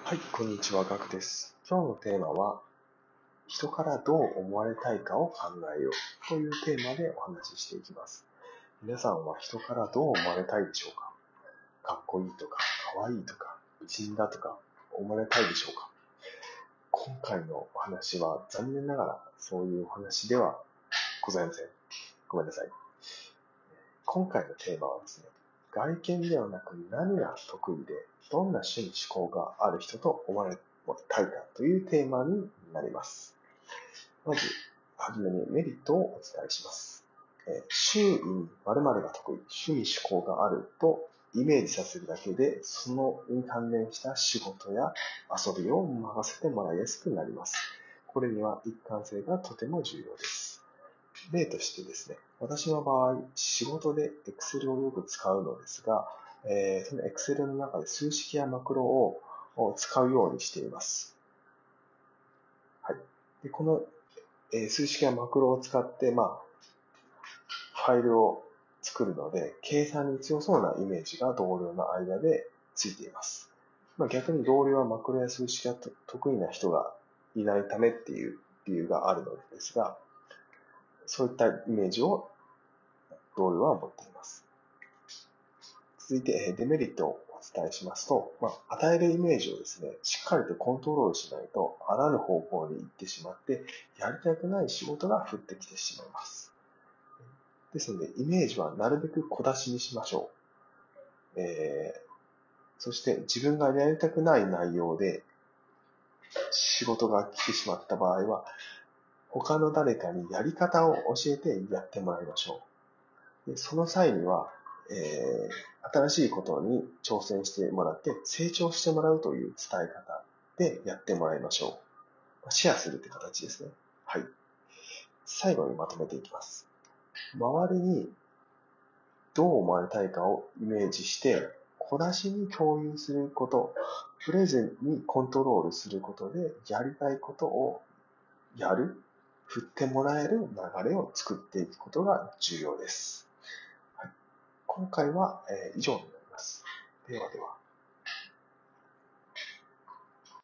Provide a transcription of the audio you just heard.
はい、こんにちは、ガクです。今日のテーマは、人からどう思われたいかを考えようというテーマでお話ししていきます。皆さんは人からどう思われたいでしょうか？かっこいいとか、かわいいとか、美人だとか、思われたいでしょうか？今回のお話は残念ながらそういうお話ではございません。ごめんなさい。今回のテーマはですね、外見ではなく何が得意で、どんな趣味思考がある人と思われたいかというテーマになります。まず、はじめにメリットをお伝えします。周囲に〇〇が得意、趣味思考があるとイメージさせるだけで、そのに関連した仕事や遊びを任せてもらいやすくなります。これには一貫性がとても重要です。例としてですね、私の場合、仕事で Excel をよく使うのですが、その Excel の中で数式やマクロを使うようにしています。はい。でこの、数式やマクロを使って、ファイルを作るので、計算に強そうなイメージが同僚の間でついています。逆に同僚はマクロや数式が得意な人がいないためっていう理由があるのですが、そういったイメージを同僚は持っています。続いて、デメリットをお伝えしますと、与えるイメージをですね、しっかりとコントロールしないと、あらぬ方向に行ってしまって、やりたくない仕事が降ってきてしまいます。ですので、イメージはなるべく小出しにしましょう。そして自分がやりたくない内容で仕事が来てしまった場合は、他の誰かにやり方を教えてやってもらいましょう。でその際には、新しいことに挑戦してもらって成長してもらうという伝え方でやってもらいましょう。シェアするって形ですね。はい。最後にまとめていきます。周りにどう思われたいかをイメージして、小出しに共有すること、プレゼンにコントロールすることで、やりたいことをやる、振ってもらえる流れを作っていくことが重要です。はい、今回は以上になります。ではでは。